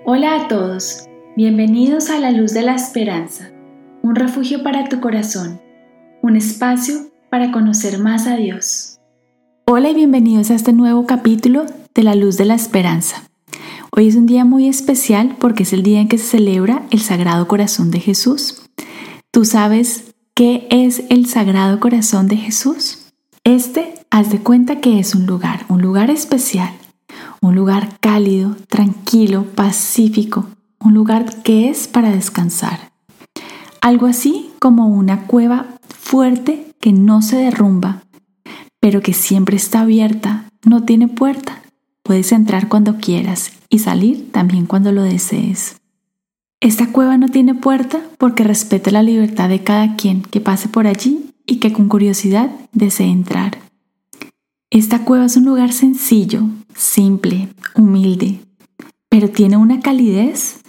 Hola a todos, bienvenidos a La Luz de la Esperanza, un refugio para tu corazón, un espacio para conocer más a Dios. Hola y bienvenidos a este nuevo capítulo de La Luz de la Esperanza. Hoy es un día muy especial porque es el día en que se celebra el Sagrado Corazón de Jesús. ¿Tú sabes qué es el Sagrado Corazón de Jesús? Haz de cuenta que es un lugar especial. Un lugar cálido, tranquilo, pacífico, un lugar que es para descansar. Algo así como una cueva fuerte que no se derrumba, pero que siempre está abierta, no tiene puerta. Puedes entrar cuando quieras y salir también cuando lo desees. Esta cueva no tiene puerta porque respeta la libertad de cada quien que pase por allí y que con curiosidad desee entrar. Esta cueva es un lugar sencillo, simple, humilde, pero tiene una calidez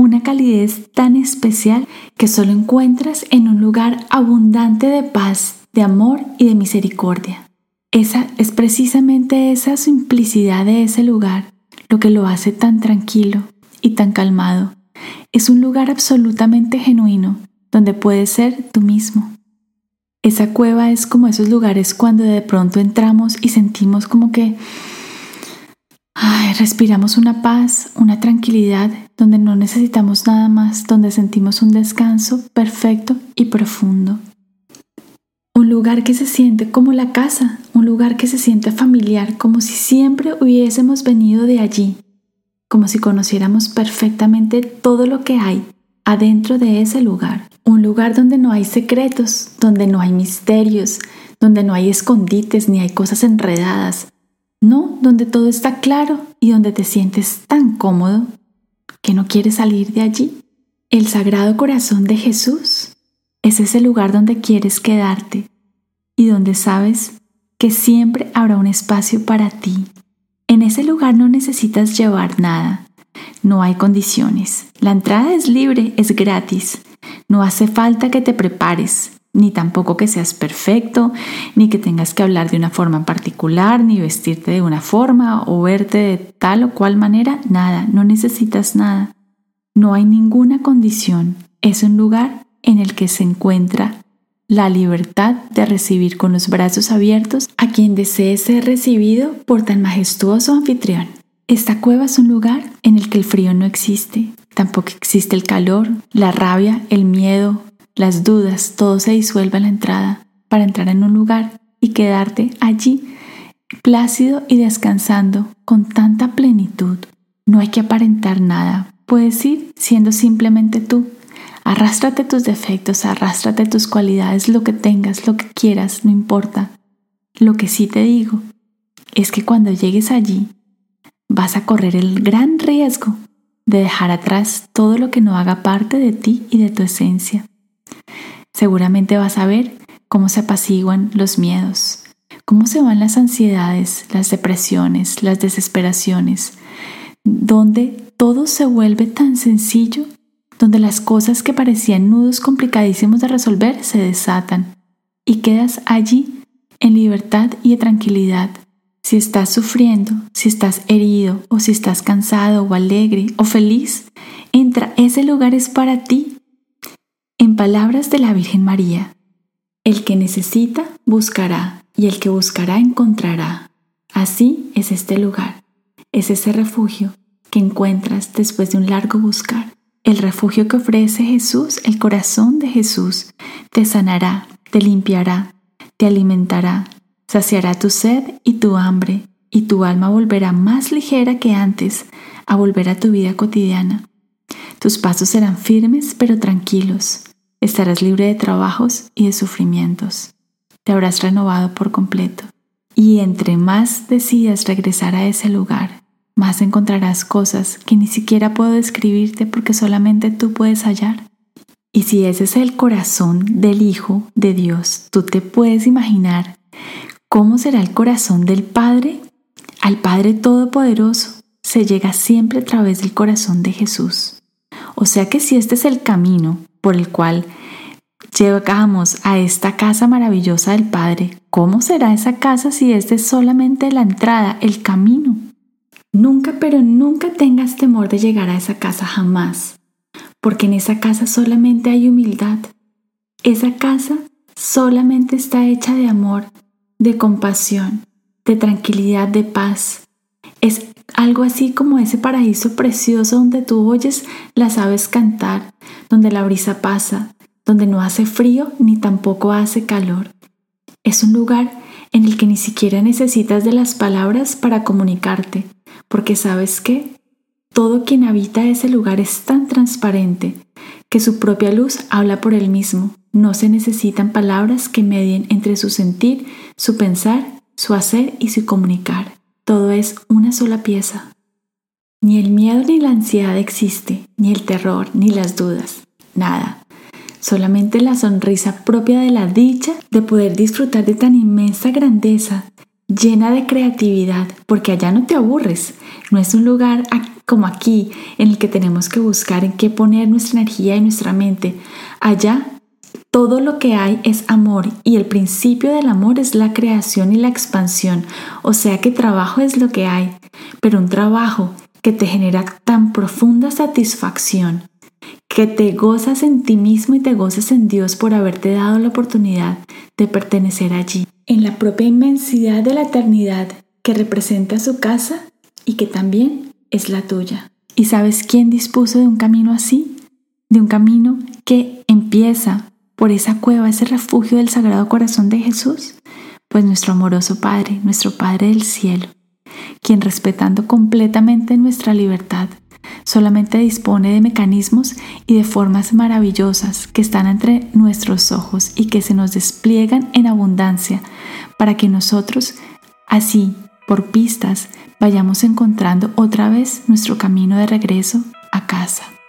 tan especial que solo encuentras en un lugar abundante de paz, de amor y de misericordia. Es precisamente esa simplicidad de ese lugar lo que lo hace tan tranquilo y tan calmado. Es un lugar absolutamente genuino donde puedes ser tú mismo. Esa cueva es como esos lugares cuando de pronto entramos y sentimos como que respiramos una paz, una tranquilidad, donde no necesitamos nada más, donde sentimos un descanso perfecto y profundo. Un lugar que se siente como la casa, un lugar que se siente familiar, como si siempre hubiésemos venido de allí, como si conociéramos perfectamente todo lo que hay adentro de ese lugar. Un lugar donde no hay secretos, donde no hay misterios, donde no hay escondites ni hay cosas enredadas. No, donde todo está claro y donde te sientes tan cómodo que no quieres salir de allí. El Sagrado Corazón de Jesús es ese lugar donde quieres quedarte y donde sabes que siempre habrá un espacio para ti. En ese lugar no necesitas llevar nada. No hay condiciones. La entrada es libre, es gratis. No hace falta que te prepares, ni tampoco que seas perfecto, ni que tengas que hablar de una forma particular, ni vestirte de una forma o verte de tal o cual manera. Nada, no necesitas nada. No hay ninguna condición. Es un lugar en el que se encuentra la libertad de recibir con los brazos abiertos a quien desee ser recibido por tan majestuoso anfitrión. Esta cueva es un lugar en el que el frío no existe, tampoco existe el calor, la rabia, el miedo, las dudas, todo se disuelve en la entrada para entrar en un lugar y quedarte allí plácido y descansando con tanta plenitud. No hay que aparentar nada, puedes ir siendo simplemente tú. Arrástrate tus defectos, arrástrate tus cualidades, lo que tengas, lo que quieras, no importa. Lo que sí te digo es que cuando llegues allí, vas a correr el gran riesgo de dejar atrás todo lo que no haga parte de ti y de tu esencia. Seguramente vas a ver cómo se apaciguan los miedos, cómo se van las ansiedades, las depresiones, las desesperaciones, donde todo se vuelve tan sencillo, donde las cosas que parecían nudos complicadísimos de resolver se desatan y quedas allí en libertad y de tranquilidad. Si estás sufriendo, si estás herido o si estás cansado o alegre o feliz, entra, ese lugar es para ti. En palabras de la Virgen María, el que necesita buscará y el que buscará encontrará. Así es este lugar, es ese refugio que encuentras después de un largo buscar. El refugio que ofrece Jesús, el corazón de Jesús, te sanará, te limpiará, te alimentará. Saciará tu sed y tu hambre, y tu alma volverá más ligera que antes a volver a tu vida cotidiana. Tus pasos serán firmes pero tranquilos. Estarás libre de trabajos y de sufrimientos. Te habrás renovado por completo. Y entre más decidas regresar a ese lugar, más encontrarás cosas que ni siquiera puedo describirte porque solamente tú puedes hallar. Y si ese es el corazón del Hijo de Dios, tú te puedes imaginar ¿cómo será el corazón del Padre? Al Padre Todopoderoso se llega siempre a través del corazón de Jesús. O sea que si este es el camino por el cual llegamos a esta casa maravillosa del Padre, ¿cómo será esa casa si este es solamente la entrada, el camino? Nunca, pero nunca tengas temor de llegar a esa casa, jamás, porque en esa casa solamente hay humildad. Esa casa solamente está hecha de amor, de compasión, de tranquilidad, de paz. Es algo así como ese paraíso precioso donde tú oyes las aves cantar, donde la brisa pasa, donde no hace frío ni tampoco hace calor. Es un lugar en el que ni siquiera necesitas de las palabras para comunicarte, porque ¿sabes qué? Todo quien habita ese lugar es tan transparente que su propia luz habla por él mismo. No se necesitan palabras que medien entre su sentir, su pensar, su hacer y su comunicar. Todo es una sola pieza. Ni el miedo ni la ansiedad existe, ni el terror, ni las dudas. Nada. Solamente la sonrisa propia de la dicha de poder disfrutar de tan inmensa grandeza, llena de creatividad, porque allá no te aburres. No es un lugar como aquí en el que tenemos que buscar en qué poner nuestra energía y nuestra mente. Allá todo lo que hay es amor y el principio del amor es la creación y la expansión. O sea que trabajo es lo que hay, pero un trabajo que te genera tan profunda satisfacción, que te gozas en ti mismo y te gozas en Dios por haberte dado la oportunidad de pertenecer allí, en la propia inmensidad de la eternidad que representa su casa y que también es la tuya. ¿Y sabes quién dispuso de un camino así? De un camino que empieza por esa cueva, ese refugio del Sagrado Corazón de Jesús. Pues nuestro amoroso Padre, nuestro Padre del cielo, quien respetando completamente nuestra libertad, solamente dispone de mecanismos y de formas maravillosas que están entre nuestros ojos y que se nos despliegan en abundancia para que nosotros, así, por pistas, vayamos encontrando otra vez nuestro camino de regreso a casa.